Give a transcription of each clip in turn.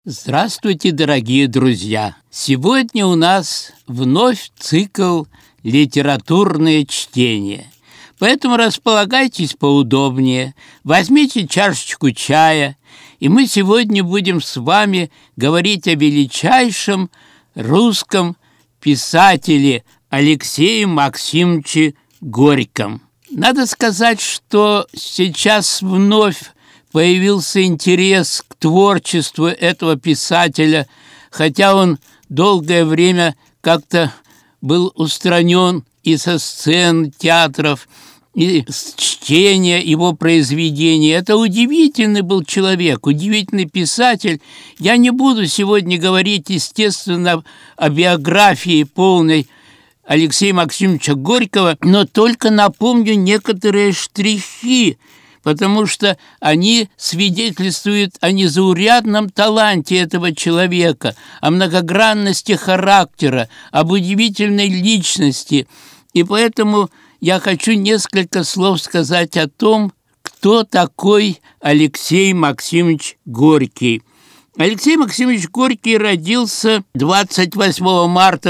Здравствуйте, дорогие друзья! Сегодня у нас вновь цикл «Литературное чтение». Поэтому располагайтесь поудобнее, возьмите чашечку чая, и мы сегодня будем с вами говорить о величайшем русском писателе Алексее Максимовиче Горьком. Надо сказать, что сейчас вновь появился интерес к творчеству этого писателя, хотя он долгое время как-то был устранен и со сцен театров, и с чтения его произведений. Это удивительный был человек, удивительный писатель. Я не буду сегодня говорить, естественно, о биографии полной Алексея Максимовича Горького, но только напомню некоторые штрихи, потому что они свидетельствуют о незаурядном таланте этого человека, о многогранности характера, об удивительной личности. И поэтому я хочу несколько слов сказать о том, кто такой Алексей Максимович Горький. Алексей Максимович Горький родился 28 марта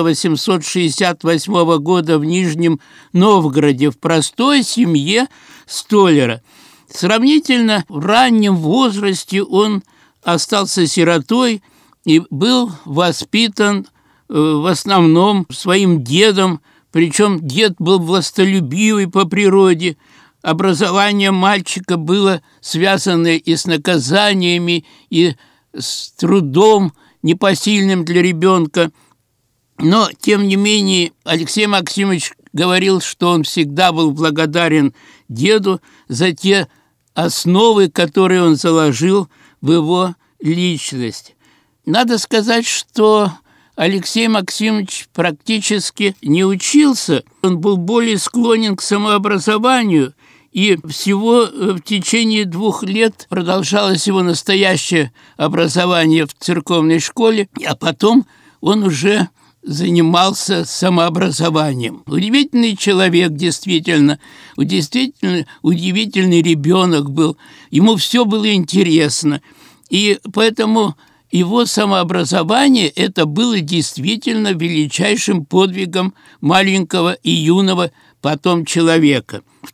868 года в Нижнем Новгороде в простой семье столяра. Сравнительно в раннем возрасте он остался сиротой и был воспитан в основном своим дедом, причем дед был властолюбивый по природе. Образование мальчика было связано и с наказаниями, и с трудом непосильным для ребенка. Но, тем не менее, Алексей Максимович говорил, что он всегда был благодарен деду за те основы, которые он заложил в его личность. Надо сказать, что Алексей Максимович практически не учился. Он был более склонен к самообразованию, и всего в течение 2 лет продолжалось его настоящее образование в церковной школе, а потом он уже занимался самообразованием. Удивительный человек, действительно удивительный ребенок был. Ему все было интересно. И поэтому его самообразование это было действительно величайшим подвигом маленького и юного потом человека. В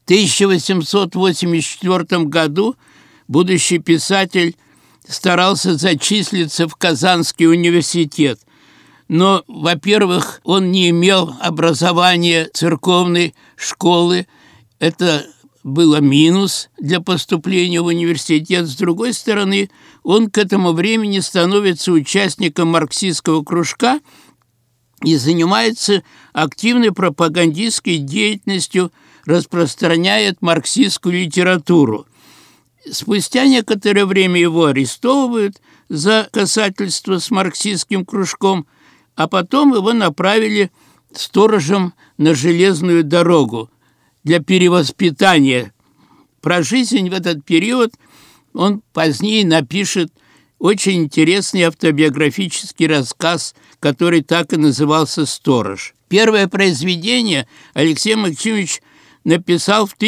1884 году будущий писатель старался зачислиться в Казанский университет. Но, во-первых, он не имел образования церковной школы. Это было минус для поступления в университет. С другой стороны, он к этому времени становится участником марксистского кружка и занимается активной пропагандистской деятельностью, распространяет марксистскую литературу. Спустя некоторое время его арестовывают за касательство с марксистским кружком, а потом его направили сторожем на железную дорогу для перевоспитания. Про жизнь в этот период он позднее напишет очень интересный автобиографический рассказ, который так и назывался «Сторож». Первое произведение Алексей Максимович написал в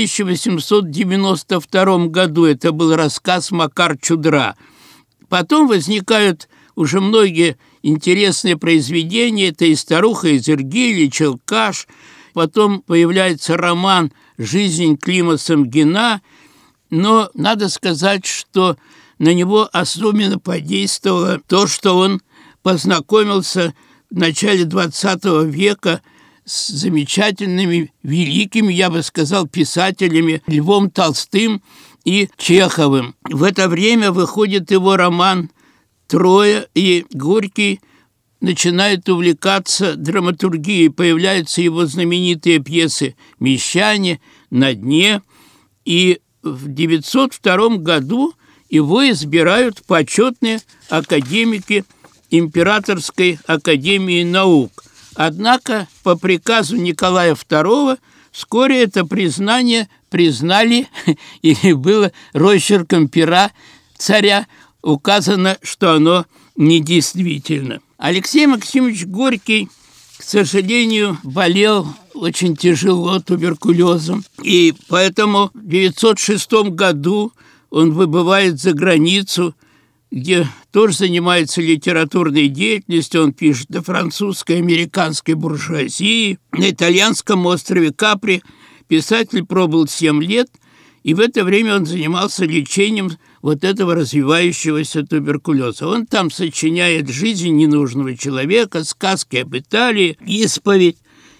1892 году. Это был рассказ «Макар Чудра». Потом возникают уже многие интересные произведения. Это и «Старуха Изергиль», и «Челкаш». Потом появляется роман «Жизнь Клима Самгина». Но надо сказать, что на него особенно подействовало то, что он познакомился в начале XX века с замечательными, великими, я бы сказал, писателями Львом Толстым и Чеховым. В это время выходит его роман «Трое», и Горький начинает увлекаться драматургией. Появляются его знаменитые пьесы «Мещане», «На дне». И в 1902 году его избирают почетные академики Императорской академии наук. Однако по приказу Николая II вскоре это признание признали, или было росчерком пера царя указано, что оно недействительно. Алексей Максимович Горький, к сожалению, болел очень тяжело туберкулезом, и поэтому в 1906 году он выбывает за границу, где тоже занимается литературной деятельностью. Он пишет о французской и американской буржуазии. На итальянском острове Капри писатель пробыл 7 лет, и в это время он занимался лечением вот этого развивающегося туберкулеза. Он там сочиняет «Жизнь ненужного человека», сказки об Италии, исповедь,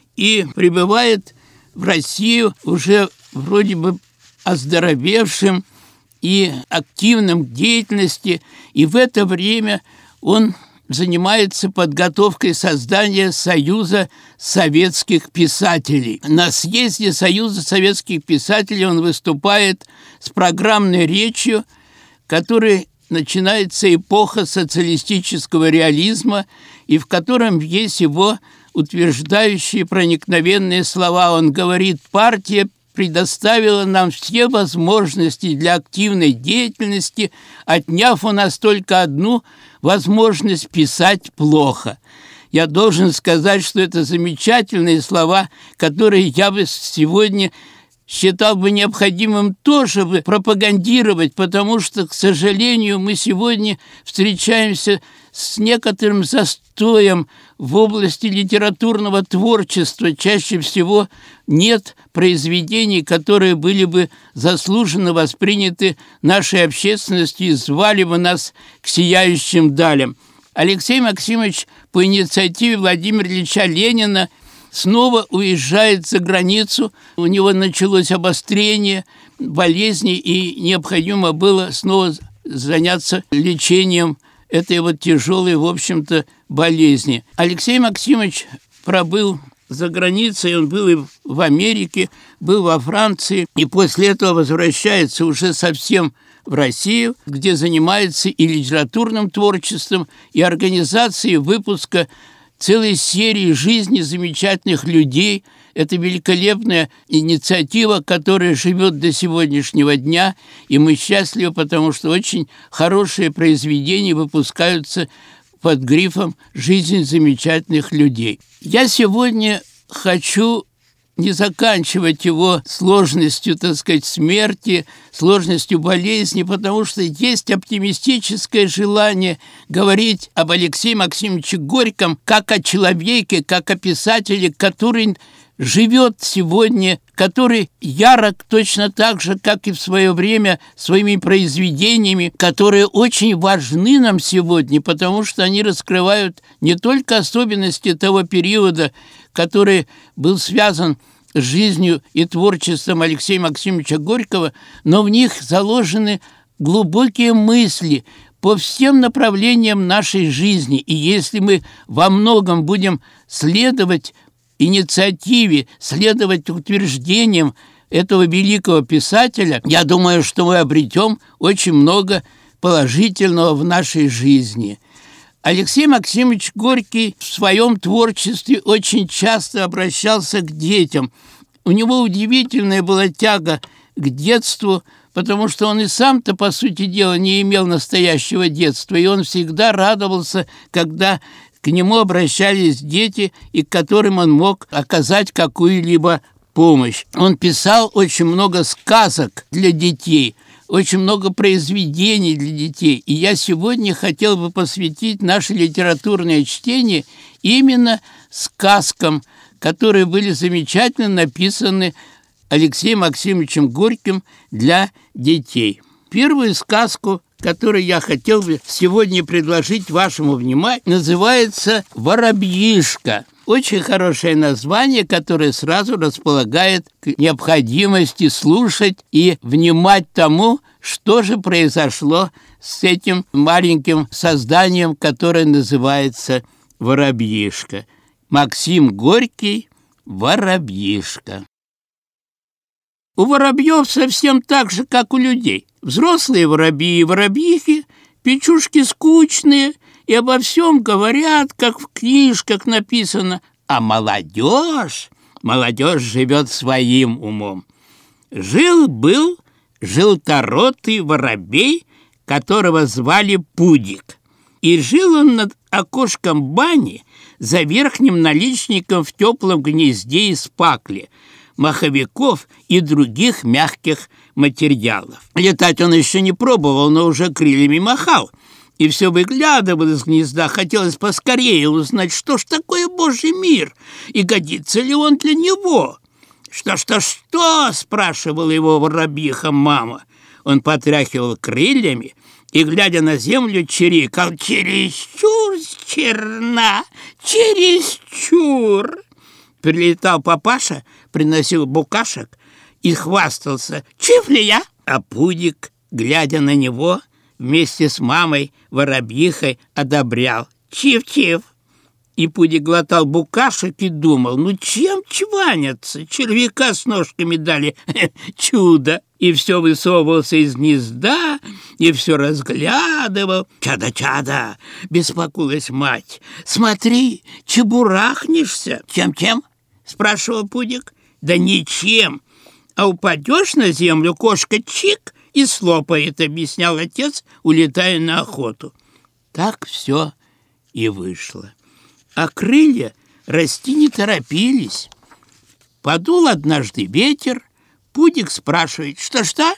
и прибывает в Россию уже вроде бы оздоровевшим и активным в деятельности, и в это время он занимается подготовкой создания Союза советских писателей. На съезде Союза советских писателей он выступает с программной речью, которой начинается эпоха социалистического реализма, и в котором есть его утверждающие проникновенные слова. Он говорит: «Партия предоставила нам все возможности для активной деятельности, отняв у нас только одну возможность писать плохо». Я должен сказать, что это замечательные слова, которые я бы сегодня считал бы необходимым тоже бы пропагандировать, потому что, к сожалению, мы сегодня встречаемся с некоторым застоем в области литературного творчества. Чаще всего нет произведений, которые были бы заслуженно восприняты нашей общественностью и звали бы нас к сияющим далям. Алексей Максимович по инициативе Владимира Ильича Ленина снова уезжает за границу. У него началось обострение болезни, и необходимо было снова заняться лечением этой вот тяжелой, в общем-то, болезни. Алексей Максимович пробыл за границей, он был и в Америке, был во Франции, и после этого возвращается уже совсем в Россию, где занимается и литературным творчеством, и организацией выпуска целой серии жизни замечательных людей. Это великолепная инициатива, которая живет до сегодняшнего дня, и мы счастливы, потому что очень хорошие произведения выпускаются под грифом «Жизнь замечательных людей». Я сегодня хочу не заканчивать его сложностью, так сказать, смерти, сложностью болезни, потому что есть оптимистическое желание говорить об Алексее Максимовиче Горьком как о человеке, как о писателе, который живет сегодня, который ярок точно так же, как и в свое время своими произведениями, которые очень важны нам сегодня, потому что они раскрывают не только особенности того периода, который был связан с жизнью и творчеством Алексея Максимовича Горького, но в них заложены глубокие мысли по всем направлениям нашей жизни. И если мы во многом будем следовать инициативе, следовать утверждениям этого великого писателя, я думаю, что мы обретем очень много положительного в нашей жизни. Алексей Максимович Горький в своем творчестве очень часто обращался к детям. У него удивительная была тяга к детству, потому что он и сам-то, по сути дела, не имел настоящего детства, и он всегда радовался, когда к нему обращались дети, и к которым он мог оказать какую-либо помощь. Он писал очень много сказок для детей, очень много произведений для детей. И я сегодня хотел бы посвятить наше литературное чтение именно сказкам, которые были замечательно написаны Алексеем Максимовичем Горьким для детей. Первую сказку, которую я хотел бы сегодня предложить вашему вниманию, называется «Воробьишка». Очень хорошее название, которое сразу располагает к необходимости слушать и внимать тому, что же произошло с этим маленьким созданием, которое называется «Воробьишка». Максим Горький «Воробьишка». У воробьев совсем так же, как у людей. Взрослые воробьи и воробьихи, печушки скучные, и обо всем говорят, как в книжках написано. А молодежь живет своим умом. Жил-был желторотый воробей, которого звали Пудик. И жил он над окошком бани за верхним наличником в теплом гнезде из пакли, маховиков и других мягких материалов. Летать он еще не пробовал, но уже крыльями махал. и все выглядывал из гнезда. Хотелось поскорее узнать, что ж такое Божий мир, и годится ли он для него. «Что?» — спрашивала его воробьиха-мама. Он потряхивал крыльями и, глядя на землю, чирикал: «Чересчур черна, чересчур!» Прилетал папаша, приносил букашек и хвастался: «Чиф ли я?» А Пудик, глядя на него, вместе с мамой воробьихой одобрял: «Чиф-чиф!» И Пудик глотал букашек и думал: ну чем чванятся? Червяка с ножками дали, чудо! И все высовывался из гнезда, и все разглядывал. «Чада-чада!» — беспокоилась мать. «Смотри, чебурахнешься!» «Чем-чем?» — спрашивал Пудик. «Да ничем, а упадешь на землю, кошка чик и слопает», — объяснял отец, улетая на охоту. Так все и вышло. А крылья расти не торопились. Подул однажды ветер. Пудик спрашивает: «Что-что?»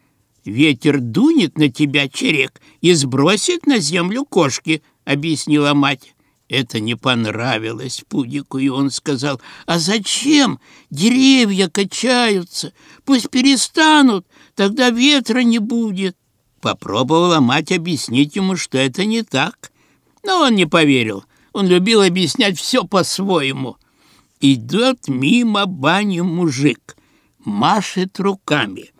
«Ветер дунет на тебя, черек, и сбросит на землю кошки», — объяснила мать. Это не понравилось Пудику, и он сказал: «А зачем? Деревья качаются. Пусть перестанут, тогда ветра не будет». Попробовала мать объяснить ему, что это не так, но он не поверил. Он любил объяснять все по-своему. Идет мимо бани мужик, машет руками.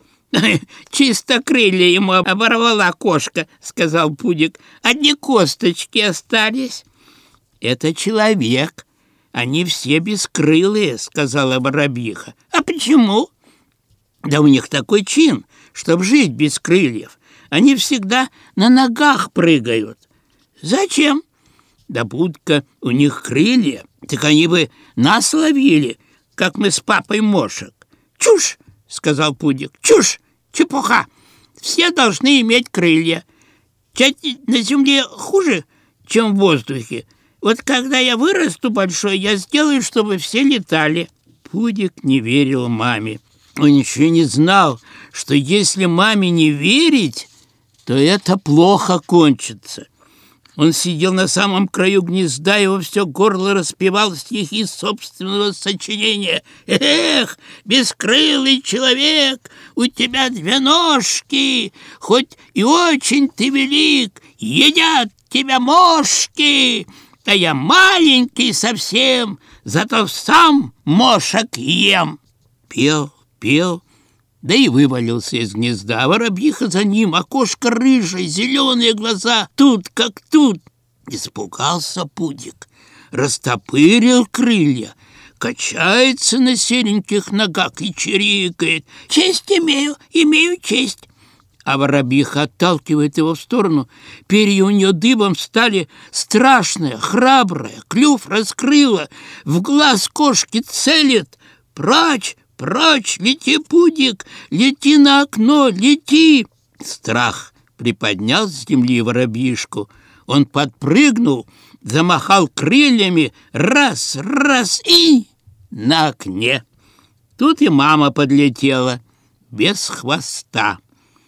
«Чисто крылья ему оборвала кошка», — сказал Пудик. «Одни косточки остались». «Это человек. Они все бескрылые», — сказала воробьиха. «А почему?» «Да у них такой чин, чтоб жить без крыльев. Они всегда на ногах прыгают». «Зачем?» «Да будто у них крылья, так они бы нас ловили, как мы с папой мошек». «Чушь!» — сказал Пудик. «Чушь! Чепуха! Все должны иметь крылья. Чать на земле хуже, чем в воздухе. Вот когда я вырасту большой, я сделаю, чтобы все летали». Пудик не верил маме. Он еще не знал, что если маме не верить, то это плохо кончится. Он сидел на самом краю гнезда и во все горло распевал стихи собственного сочинения. «Эх, бескрылый человек, у тебя две ножки, хоть и очень ты велик, едят тебя мошки, а я маленький совсем, зато сам мошек ем». Пел, пел, да и вывалился из гнезда. А воробьиха за ним, окошко рыжее, зеленые глаза, тут как тут. Испугался Пудик, растопырил крылья, качается на сереньких ногах и чирикает: «Честь имею, имею честь». А воробьиха отталкивает его в сторону. Перья у нее дыбом стали, страшная, храбрая, клюв раскрыла, в глаз кошки целит. «Прочь! Прочь, лети, Пудик, лети на окно, лети!» Страх приподнял с земли воробьишку. Он подпрыгнул, замахал крыльями, раз, раз и на окне. Тут и мама подлетела, без хвоста,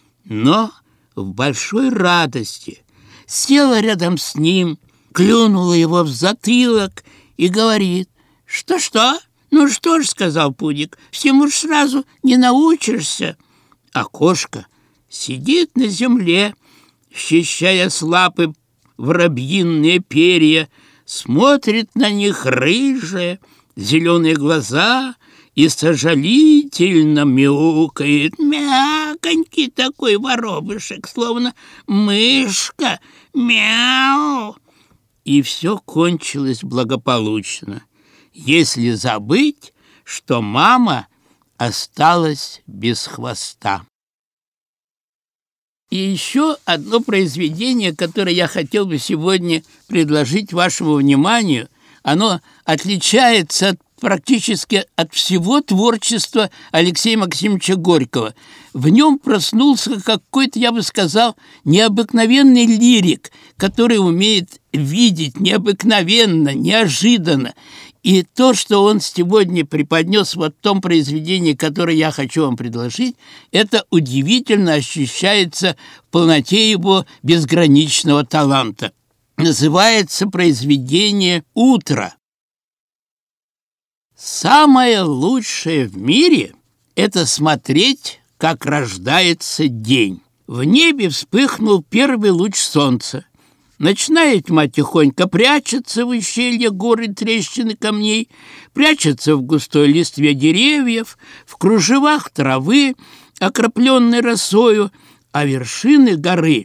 но в большой радости. Села рядом с ним, клюнула его в затылок и говорит: «Что-что?» «Ну что ж, — сказал Пудик, — всему ж сразу не научишься». А кошка сидит на земле, счищая с лапы воробьиные перья, смотрит на них рыжие, зеленые глаза и сожалительно мяукает. Мяконький такой воробышек, словно мышка. Мяу! И все кончилось благополучно, если забыть, что мама осталась без хвоста. И еще одно произведение, которое я хотел бы сегодня предложить вашему вниманию. Оно отличается практически от всего творчества Алексея Максимовича Горького. В нем проснулся какой-то, я бы сказал, необыкновенный лирик, который умеет видеть необыкновенно, неожиданно. И то, что он сегодня преподнес вот в том произведении, которое я хочу вам предложить, это удивительно ощущается в полноте его безграничного таланта. Называется произведение «Утро». Самое лучшее в мире – это смотреть, как рождается день. В небе вспыхнул первый луч солнца. Ночная тьма тихонько прячется в ущелье гор и трещины камней, прячется в густой листве деревьев, в кружевах травы, окропленной росою, а вершины горы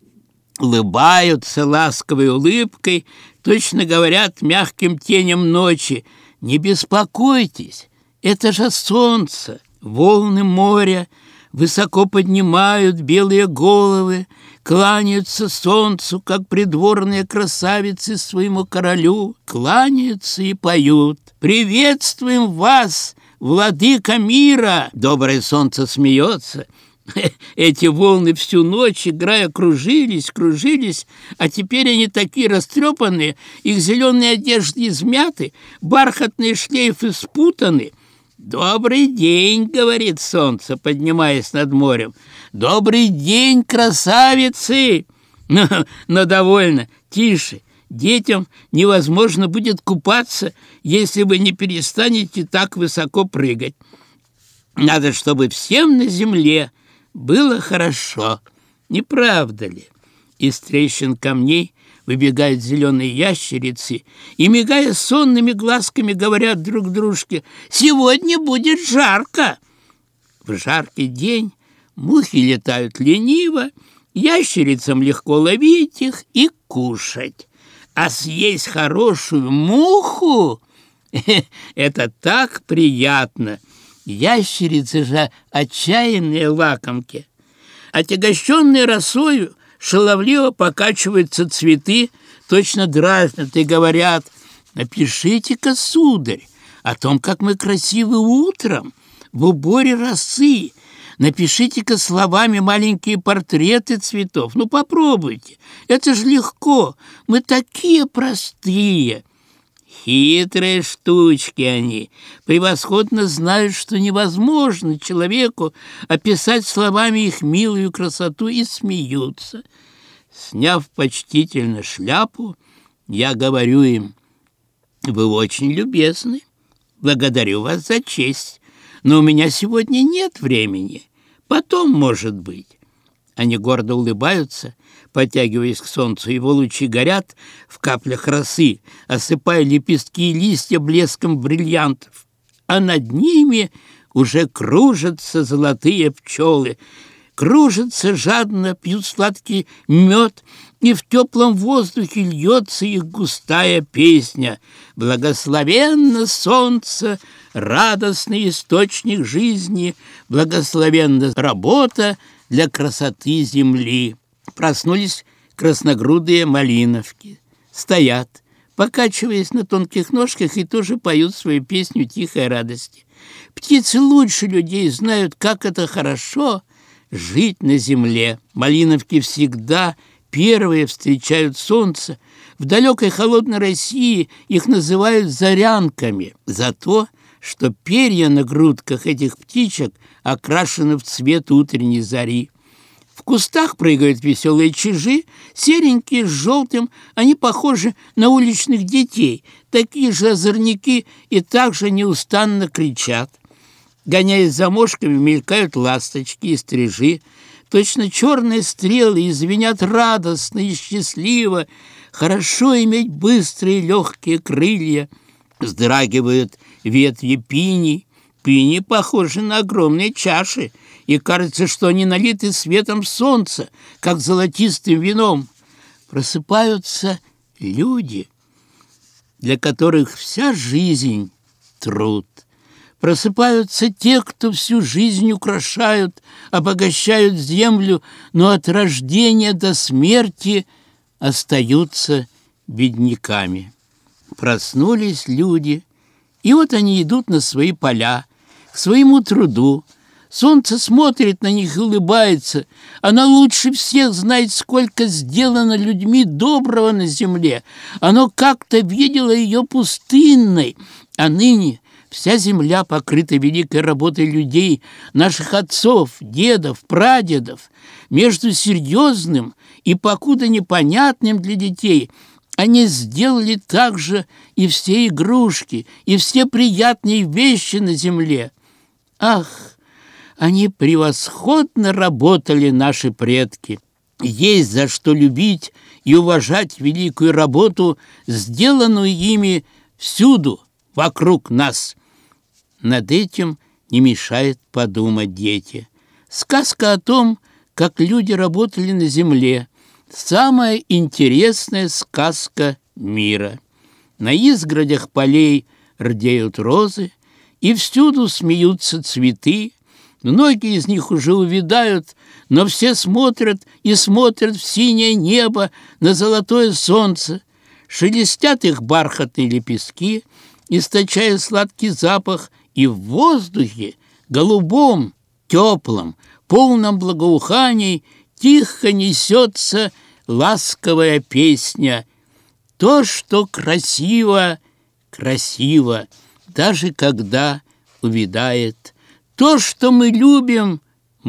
улыбаются ласковой улыбкой, точно говорят мягким теням ночи: «Не беспокойтесь, это же солнце». Волны моря высоко поднимают белые головы, кланяются солнцу, как придворные красавицы своему королю, кланяются и поют: «Приветствуем вас, владыка мира!» Доброе солнце смеется. Эти волны всю ночь, играя, кружились, а теперь они такие растрепанные, их зеленые одежды измяты, бархатные шлейфы спутаны. «Добрый день», — говорит солнце, поднимаясь над морем. «Добрый день, красавицы!» Но довольно, тише. Детям невозможно будет купаться, если вы не перестанете так высоко прыгать. Надо, чтобы всем на земле было хорошо, не правда ли? Из трещин камней выбегают зеленые ящерицы и, мигая сонными глазками, говорят друг дружке: «Сегодня будет жарко». В жаркий день мухи летают лениво, ящерицам легко ловить их и кушать. А съесть хорошую муху – это так приятно. Ящерицы же отчаянные лакомки. Отягощенные росою шаловливо покачиваются цветы, точно дразнят и говорят: «Напишите-ка, сударь, о том, как мы красивы утром в уборе росы. Напишите-ка словами маленькие портреты цветов. Ну, попробуйте, это же легко, мы такие простые». Хитрые штучки они, превосходно знают, что невозможно человеку описать словами их милую красоту, и смеются. Сняв почтительно шляпу, я говорю им: «Вы очень любезны, благодарю вас за честь, но у меня сегодня нет времени, потом, может быть». Они гордо улыбаются, подтягиваясь к солнцу, его лучи горят в каплях росы, осыпая лепестки и листья блеском бриллиантов, а над ними уже кружатся золотые пчелы, кружатся жадно, пьют сладкий мед, и в теплом воздухе льется их густая песня: «Благословенно солнце, радостный источник жизни, благословенна работа для красоты земли». Проснулись красногрудые малиновки. Стоят, покачиваясь на тонких ножках, и тоже поют свою песню тихой радости. Птицы лучше людей знают, как это хорошо жить на земле. Малиновки всегда первые встречают солнце. В далекой холодной России их называют зарянками за то, что перья на грудках этих птичек окрашены в цвет утренней зари. В кустах прыгают веселые чижи, серенькие, с желтым. Они похожи на уличных детей, такие же озорники, и также неустанно кричат. Гоняясь за мошками, мелькают ласточки и стрижи. Точно черные стрелы, и звенят радостно и счастливо. Хорошо иметь быстрые легкие крылья. Вздрагивают ветви пиней. Пини похожи на огромные чаши, и кажется, что они налиты светом солнца, как золотистым вином. Просыпаются люди, для которых вся жизнь — труд. Просыпаются те, кто всю жизнь украшают, обогащают землю, но от рождения до смерти остаются бедняками. Проснулись люди, и вот они идут на свои поля, к своему труду, Солнце смотрит на них и улыбается. Оно лучше всех знает, сколько сделано людьми доброго на земле. Оно как-то видело ее пустынной, а ныне вся земля покрыта великой работой людей, наших отцов, дедов, прадедов. Между серьезным и покуда непонятным для детей они сделали также и все игрушки, и все приятные вещи на земле. Ах! Они превосходно работали, наши предки. Есть за что любить и уважать великую работу, сделанную ими всюду вокруг нас. Над этим не мешает подумать дети. Сказка о том, как люди работали на земле, самая интересная сказка мира. На изгородях полей рдеют розы, и всюду смеются цветы. Многие из них уже увядают, но все смотрят и смотрят в синее небо, на золотое солнце. Шелестят их бархатные лепестки, источая сладкий запах, и в воздухе, голубом, теплом, полном благоуханий, тихо несется ласковая песня. То, что красиво, красиво, даже когда увядает. То, что мы любим,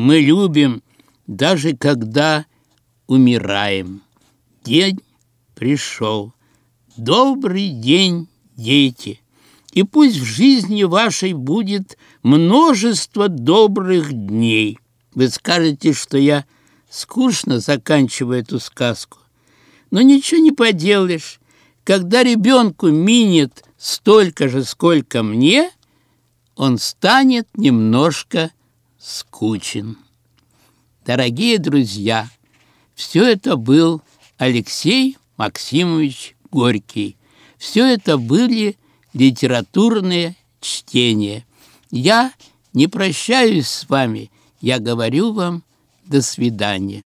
даже когда умираем. День пришел. Добрый день, дети. И пусть в жизни вашей будет множество добрых дней. Вы скажете, что я скучно заканчиваю эту сказку. Но ничего не поделаешь. Когда ребенку минет столько же, сколько мне, он станет немножко скучен. Дорогие друзья, все это был Алексей Максимович Горький. Все это были литературные чтения. Я не прощаюсь с вами, я говорю вам до свидания.